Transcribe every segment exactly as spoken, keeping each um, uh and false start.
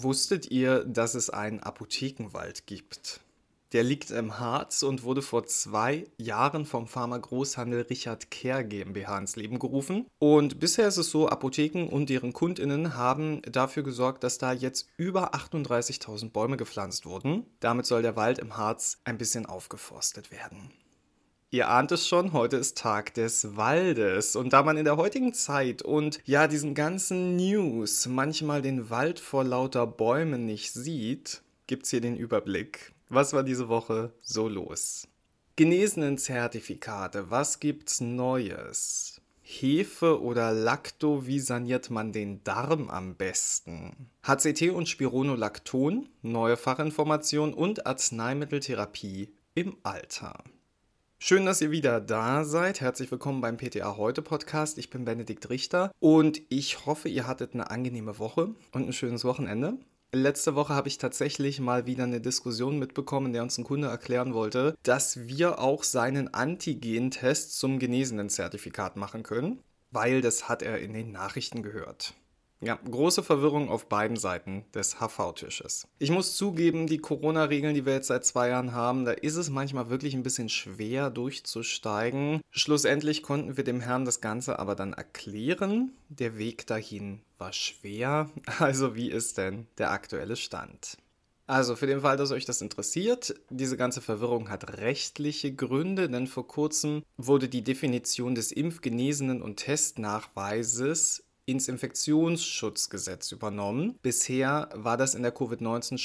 Wusstet ihr, dass es einen Apothekenwald gibt? Der liegt im Harz und wurde vor zwei Jahren vom Pharmagroßhandel Richard Kerr GmbH ins Leben gerufen. Und bisher ist es so, Apotheken und deren KundInnen haben dafür gesorgt, dass da jetzt über achtunddreißigtausend Bäume gepflanzt wurden. Damit soll der Wald im Harz ein bisschen aufgeforstet werden. Ihr ahnt es schon, heute ist Tag des Waldes. Und da man in der heutigen Zeit und ja diesen ganzen News manchmal den Wald vor lauter Bäumen nicht sieht, gibt's hier den Überblick. Was war diese Woche so los? Genesenen-Zertifikate, was gibt's Neues? Hefe oder Lacto, wie saniert man den Darm am besten? H C T und Spironolacton, neue Fachinformationen und Arzneimitteltherapie im Alter. Schön, dass ihr wieder da seid. Herzlich willkommen beim P T A Heute Podcast. Ich bin Benedikt Richter und ich hoffe, ihr hattet eine angenehme Woche und ein schönes Wochenende. Letzte Woche habe ich tatsächlich mal wieder eine Diskussion mitbekommen, in der uns ein Kunde erklären wollte, dass wir auch seinen Antigen-Test zum Genesenen-Zertifikat machen können, weil das hat er in den Nachrichten gehört. Ja, große Verwirrung auf beiden Seiten des H V-Tisches. Ich muss zugeben, die Corona-Regeln, die wir jetzt seit zwei Jahren haben, da ist es manchmal wirklich ein bisschen schwer durchzusteigen. Schlussendlich konnten wir dem Herrn das Ganze aber dann erklären. Der Weg dahin war schwer. Also wie ist denn der aktuelle Stand? Also für den Fall, dass euch das interessiert, diese ganze Verwirrung hat rechtliche Gründe, denn vor kurzem wurde die Definition des Impfgenesenen und Testnachweises ins Infektionsschutzgesetz übernommen. Bisher war das in der Covid neunzehn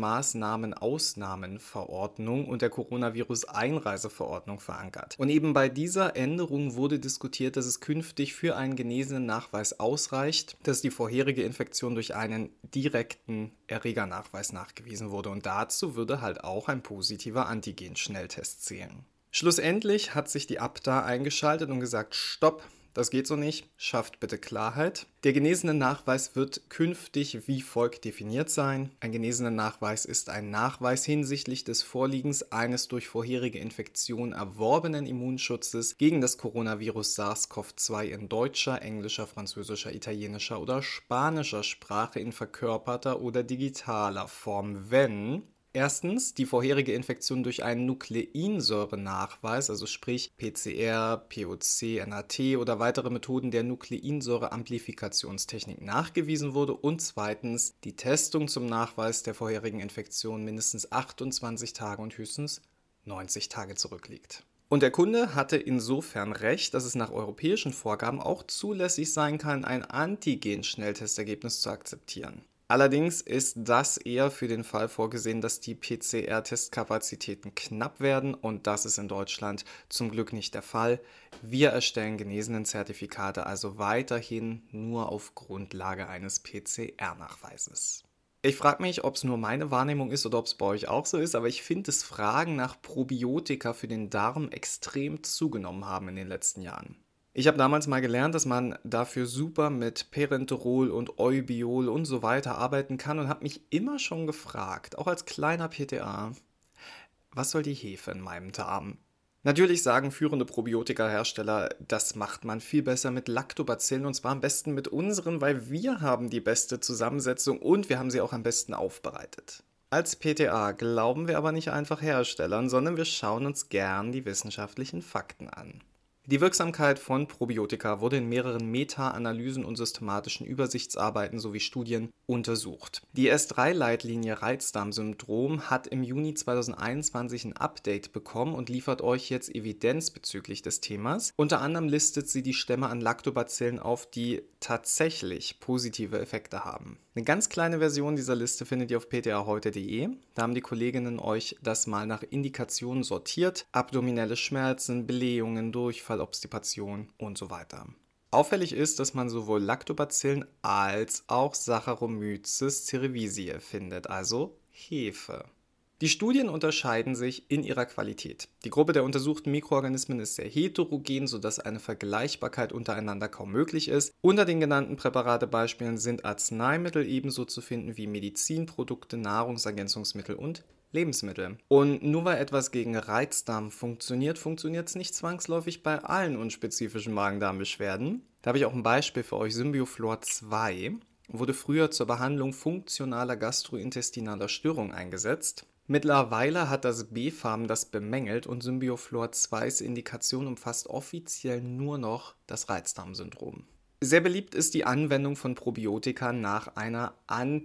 Schutzmaßnahmen-Ausnahmenverordnung und der Coronavirus-Einreiseverordnung verankert. Und eben bei dieser Änderung wurde diskutiert, dass es künftig für einen genesenen Nachweis ausreicht, dass die vorherige Infektion durch einen direkten Erregernachweis nachgewiesen wurde. Und dazu würde halt auch ein positiver Antigen-Schnelltest zählen. Schlussendlich hat sich die A B D A eingeschaltet und gesagt, stopp! Das geht so nicht, schafft bitte Klarheit. Der genesene Nachweis wird künftig wie folgt definiert sein. Ein genesener Nachweis ist ein Nachweis hinsichtlich des Vorliegens eines durch vorherige Infektion erworbenen Immunschutzes gegen das Coronavirus SARS-C o V zwei in deutscher, englischer, französischer, italienischer oder spanischer Sprache in verkörperter oder digitaler Form, wenn erstens die vorherige Infektion durch einen Nukleinsäurenachweis, also sprich P C R, P O C, N A T oder weitere Methoden der Nukleinsäureamplifikationstechnik nachgewiesen wurde und zweitens die Testung zum Nachweis der vorherigen Infektion mindestens achtundzwanzig Tage und höchstens neunzig Tage zurückliegt. Und der Kunde hatte insofern recht, dass es nach europäischen Vorgaben auch zulässig sein kann, ein Antigen-Schnelltestergebnis zu akzeptieren. Allerdings ist das eher für den Fall vorgesehen, dass die P C R-Testkapazitäten knapp werden und das ist in Deutschland zum Glück nicht der Fall. Wir erstellen Genesenen-Zertifikate also weiterhin nur auf Grundlage eines P C R-Nachweises. Ich frage mich, ob es nur meine Wahrnehmung ist oder ob es bei euch auch so ist, aber ich finde, dass Fragen nach Probiotika für den Darm extrem zugenommen haben in den letzten Jahren. Ich habe damals mal gelernt, dass man dafür super mit Parenterol und Eubiol und so weiter arbeiten kann und habe mich immer schon gefragt, auch als kleiner P T A, was soll die Hefe in meinem Darm? Natürlich sagen führende Probiotika-Hersteller, das macht man viel besser mit Lactobacillen und zwar am besten mit unseren, weil wir haben die beste Zusammensetzung und wir haben sie auch am besten aufbereitet. Als P T A glauben wir aber nicht einfach Herstellern, sondern wir schauen uns gern die wissenschaftlichen Fakten an. Die Wirksamkeit von Probiotika wurde in mehreren Meta-Analysen und systematischen Übersichtsarbeiten sowie Studien untersucht. Die S drei Leitlinie Reizdarmsyndrom hat im Juni zweitausendeinundzwanzig ein Update bekommen und liefert euch jetzt Evidenz bezüglich des Themas. Unter anderem listet sie die Stämme an Lactobacillen auf, die tatsächlich positive Effekte haben. Eine ganz kleine Version dieser Liste findet ihr auf p t a heute punkt d e. Da haben die Kolleginnen euch das mal nach Indikationen sortiert. Abdominelle Schmerzen, Blähungen, Durchfall, Obstipation und so weiter. Auffällig ist, dass man sowohl Lactobacillen als auch Saccharomyces cerevisiae findet, also Hefe. Die Studien unterscheiden sich in ihrer Qualität. Die Gruppe der untersuchten Mikroorganismen ist sehr heterogen, sodass eine Vergleichbarkeit untereinander kaum möglich ist. Unter den genannten Präparatebeispielen sind Arzneimittel ebenso zu finden wie Medizinprodukte, Nahrungsergänzungsmittel und Lebensmittel. Und nur weil etwas gegen Reizdarm funktioniert, funktioniert es nicht zwangsläufig bei allen unspezifischen Magen-Darm-Beschwerden. Da habe ich auch ein Beispiel für euch, Symbioflor zwei. wurde früher zur Behandlung funktionaler gastrointestinaler Störungen eingesetzt. Mittlerweile hat das B fam das bemängelt und Symbioflor zweis Indikation umfasst offiziell nur noch das Reizdarmsyndrom. Sehr beliebt ist die Anwendung von Probiotika nach einer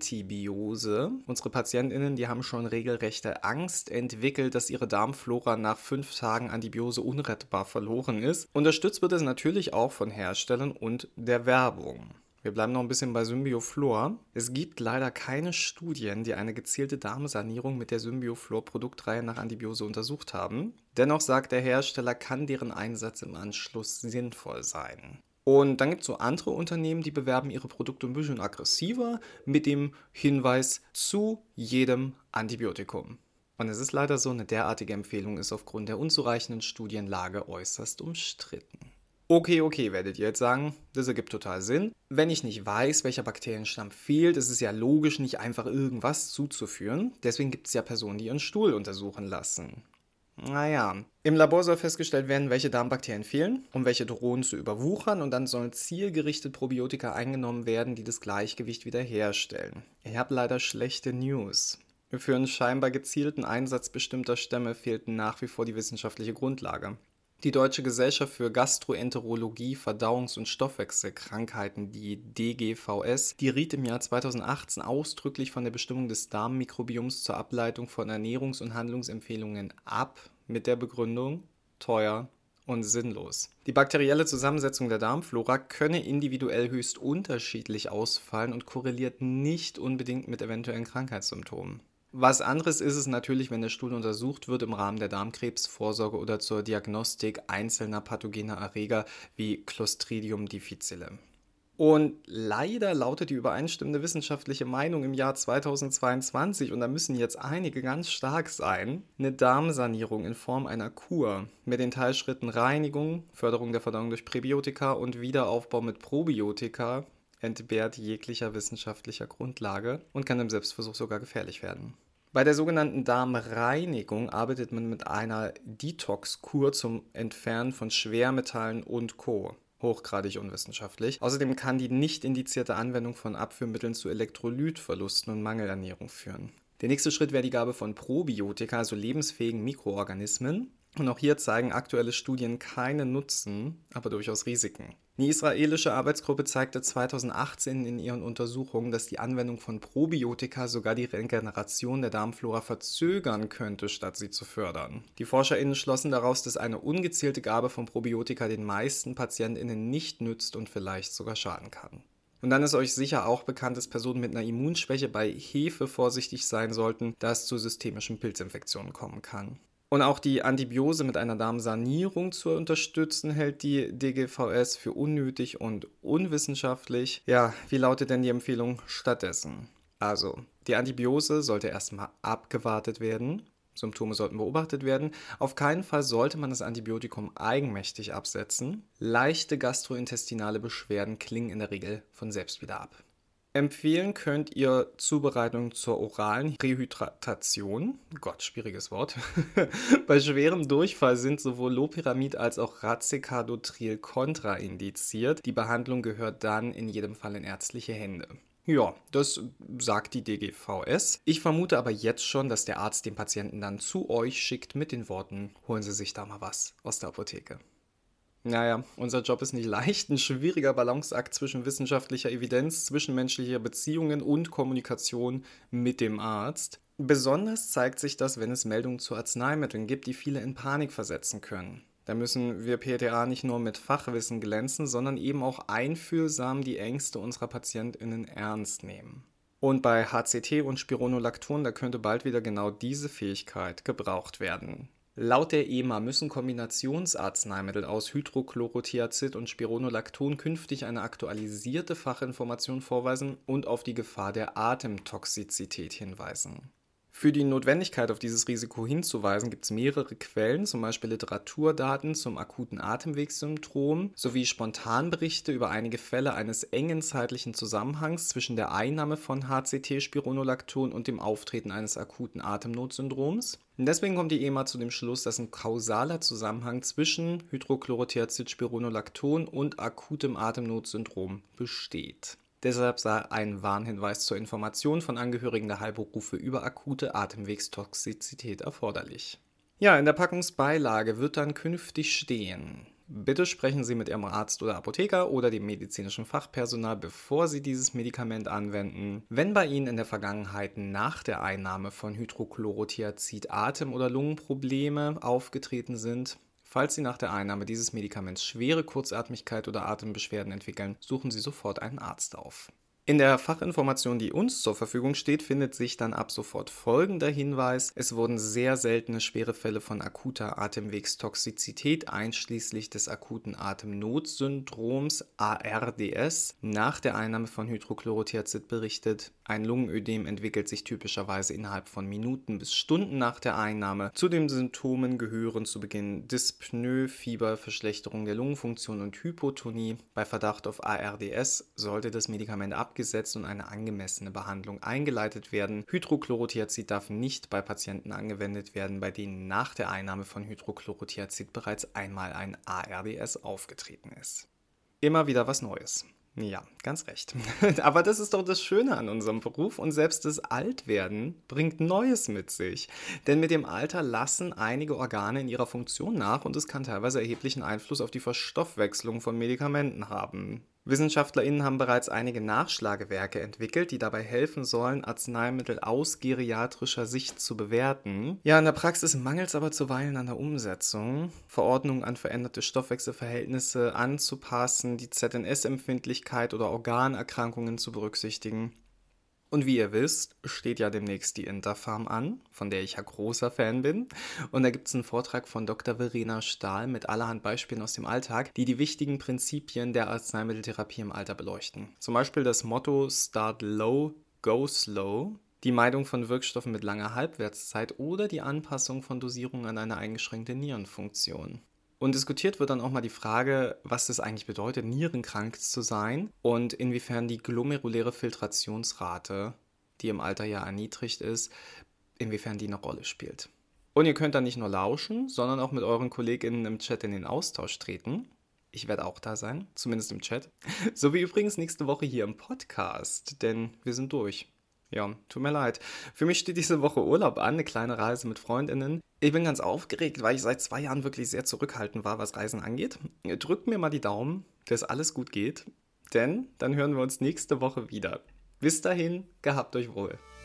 Antibiose. Unsere PatientInnen, die haben schon regelrechte Angst entwickelt, dass ihre Darmflora nach fünf Tagen Antibiose unrettbar verloren ist. Unterstützt wird es natürlich auch von Herstellern und der Werbung. Wir bleiben noch ein bisschen bei Symbioflor. Es gibt leider keine Studien, die eine gezielte Darmsanierung mit der Symbioflor-Produktreihe nach Antibiose untersucht haben. Dennoch sagt der Hersteller, kann deren Einsatz im Anschluss sinnvoll sein. Und dann gibt es so andere Unternehmen, die bewerben ihre Produkte ein bisschen aggressiver mit dem Hinweis zu jedem Antibiotikum. Und es ist leider so, eine derartige Empfehlung ist aufgrund der unzureichenden Studienlage äußerst umstritten. Okay, okay, werdet ihr jetzt sagen, das ergibt total Sinn. Wenn ich nicht weiß, welcher Bakterienstamm fehlt, ist es ja logisch, nicht einfach irgendwas zuzuführen. Deswegen gibt es ja Personen, die ihren Stuhl untersuchen lassen. Naja, im Labor soll festgestellt werden, welche Darmbakterien fehlen und welche drohen zu überwuchern und dann sollen zielgerichtet Probiotika eingenommen werden, die das Gleichgewicht wiederherstellen. Ich habe leider schlechte News. Für einen scheinbar gezielten Einsatz bestimmter Stämme fehlt nach wie vor die wissenschaftliche Grundlage. Die Deutsche Gesellschaft für Gastroenterologie, Verdauungs- und Stoffwechselkrankheiten, die D G V S, die riet im Jahr zweitausendachtzehn ausdrücklich von der Bestimmung des Darmmikrobioms zur Ableitung von Ernährungs- und Handlungsempfehlungen ab, mit der Begründung teuer und sinnlos. Die bakterielle Zusammensetzung der Darmflora könne individuell höchst unterschiedlich ausfallen und korreliert nicht unbedingt mit eventuellen Krankheitssymptomen. Was anderes ist es natürlich, wenn der Stuhl untersucht wird im Rahmen der Darmkrebsvorsorge oder zur Diagnostik einzelner pathogener Erreger wie Clostridium difficile. Und leider lautet die übereinstimmende wissenschaftliche Meinung im Jahr zweitausendzweiundzwanzig, und da müssen jetzt einige ganz stark sein, eine Darmsanierung in Form einer Kur mit den Teilschritten Reinigung, Förderung der Verdauung durch Präbiotika und Wiederaufbau mit Probiotika entbehrt jeglicher wissenschaftlicher Grundlage und kann im Selbstversuch sogar gefährlich werden. Bei der sogenannten Darmreinigung arbeitet man mit einer Detox-Kur zum Entfernen von Schwermetallen und Co. Hochgradig unwissenschaftlich. Außerdem kann die nicht indizierte Anwendung von Abführmitteln zu Elektrolytverlusten und Mangelernährung führen. Der nächste Schritt wäre die Gabe von Probiotika, also lebensfähigen Mikroorganismen. Und auch hier zeigen aktuelle Studien keinen Nutzen, aber durchaus Risiken. Die israelische Arbeitsgruppe zeigte zweitausendachtzehn in ihren Untersuchungen, dass die Anwendung von Probiotika sogar die Regeneration der Darmflora verzögern könnte, statt sie zu fördern. Die ForscherInnen schlossen daraus, dass eine ungezielte Gabe von Probiotika den meisten PatientInnen nicht nützt und vielleicht sogar schaden kann. Und dann ist euch sicher auch bekannt, dass Personen mit einer Immunschwäche bei Hefe vorsichtig sein sollten, da es zu systemischen Pilzinfektionen kommen kann. Und auch die Antibiose mit einer Darmsanierung zu unterstützen, hält die D G V S für unnötig und unwissenschaftlich. Ja, wie lautet denn die Empfehlung stattdessen? Also, die Antibiose sollte erstmal abgewartet werden. Symptome sollten beobachtet werden. Auf keinen Fall sollte man das Antibiotikum eigenmächtig absetzen. Leichte gastrointestinale Beschwerden klingen in der Regel von selbst wieder ab. Empfehlen könnt ihr Zubereitung zur oralen Rehydratation. Gott, schwieriges Wort. Bei schwerem Durchfall sind sowohl Loperamid als auch Racecadotril kontraindiziert. Die Behandlung gehört dann in jedem Fall in ärztliche Hände. Ja, das sagt die D G V S. Ich vermute aber jetzt schon, dass der Arzt den Patienten dann zu euch schickt mit den Worten: holen Sie sich da mal was aus der Apotheke. Naja, unser Job ist nicht leicht, ein schwieriger Balanceakt zwischen wissenschaftlicher Evidenz, zwischenmenschlicher Beziehungen und Kommunikation mit dem Arzt. Besonders zeigt sich das, wenn es Meldungen zu Arzneimitteln gibt, die viele in Panik versetzen können. Da müssen wir P T A nicht nur mit Fachwissen glänzen, sondern eben auch einfühlsam die Ängste unserer PatientInnen ernst nehmen. Und bei H C T und Spironolacton, da könnte bald wieder genau diese Fähigkeit gebraucht werden. Laut der E M A müssen Kombinationsarzneimittel aus Hydrochlorothiazid und Spironolacton künftig eine aktualisierte Fachinformation vorweisen und auf die Gefahr der Atemtoxizität hinweisen. Für die Notwendigkeit, auf dieses Risiko hinzuweisen, gibt es mehrere Quellen, zum Beispiel Literaturdaten zum akuten Atemwegssyndrom sowie Spontanberichte über einige Fälle eines engen zeitlichen Zusammenhangs zwischen der Einnahme von H C T-Spironolacton und dem Auftreten eines akuten Atemnotsyndroms. Und deswegen kommt die E M A zu dem Schluss, dass ein kausaler Zusammenhang zwischen Hydrochlorothiazid, Spironolacton und akutem Atemnotsyndrom besteht. Deshalb sei ein Warnhinweis zur Information von Angehörigen der Heilberufe über akute Atemwegstoxizität erforderlich. Ja, in der Packungsbeilage wird dann künftig stehen: Bitte sprechen Sie mit Ihrem Arzt oder Apotheker oder dem medizinischen Fachpersonal, bevor Sie dieses Medikament anwenden. Wenn bei Ihnen in der Vergangenheit nach der Einnahme von Hydrochlorothiazid Atem- oder Lungenprobleme aufgetreten sind, falls Sie nach der Einnahme dieses Medikaments schwere Kurzatmigkeit oder Atembeschwerden entwickeln, suchen Sie sofort einen Arzt auf. In der Fachinformation, die uns zur Verfügung steht, findet sich dann ab sofort folgender Hinweis: Es wurden sehr seltene schwere Fälle von akuter Atemwegstoxizität einschließlich des akuten Atemnotsyndroms A R D S nach der Einnahme von Hydrochlorothiazid berichtet. Ein Lungenödem entwickelt sich typischerweise innerhalb von Minuten bis Stunden nach der Einnahme. Zu den Symptomen gehören zu Beginn Dyspnoe, Fieber, Verschlechterung der Lungenfunktion und Hypotonie. Bei Verdacht auf A R D S sollte das Medikament abgesetzt und eine angemessene Behandlung eingeleitet werden. Hydrochlorothiazid darf nicht bei Patienten angewendet werden, bei denen nach der Einnahme von Hydrochlorothiazid bereits einmal ein A R D S aufgetreten ist. Immer wieder was Neues. Ja, ganz recht. Aber das ist doch das Schöne an unserem Beruf, und selbst das Altwerden bringt Neues mit sich. Denn mit dem Alter lassen einige Organe in ihrer Funktion nach und es kann teilweise erheblichen Einfluss auf die Verstoffwechslung von Medikamenten haben. WissenschaftlerInnen haben bereits einige Nachschlagewerke entwickelt, die dabei helfen sollen, Arzneimittel aus geriatrischer Sicht zu bewerten. Ja, in der Praxis mangelt es aber zuweilen an der Umsetzung. Verordnungen an veränderte Stoffwechselverhältnisse anzupassen, die Z N S-Empfindlichkeit oder Organerkrankungen zu berücksichtigen. Und wie ihr wisst, steht ja demnächst die Interpharm an, von der ich ja großer Fan bin. Und da gibt es einen Vortrag von Doktor Verena Stahl mit allerhand Beispielen aus dem Alltag, die die wichtigen Prinzipien der Arzneimitteltherapie im Alter beleuchten. Zum Beispiel das Motto Start Low, Go Slow, die Meidung von Wirkstoffen mit langer Halbwertszeit oder die Anpassung von Dosierungen an eine eingeschränkte Nierenfunktion. Und diskutiert wird dann auch mal die Frage, was das eigentlich bedeutet, nierenkrank zu sein und inwiefern die glomeruläre Filtrationsrate, die im Alter ja erniedrigt ist, inwiefern die eine Rolle spielt. Und ihr könnt dann nicht nur lauschen, sondern auch mit euren KollegInnen im Chat in den Austausch treten. Ich werde auch da sein, zumindest im Chat. So wie übrigens nächste Woche hier im Podcast, denn wir sind durch. Ja, tut mir leid. Für mich steht diese Woche Urlaub an, eine kleine Reise mit FreundInnen. Ich bin ganz aufgeregt, weil ich seit zwei Jahren wirklich sehr zurückhaltend war, was Reisen angeht. Drückt mir mal die Daumen, dass alles gut geht, denn dann hören wir uns nächste Woche wieder. Bis dahin, gehabt euch wohl.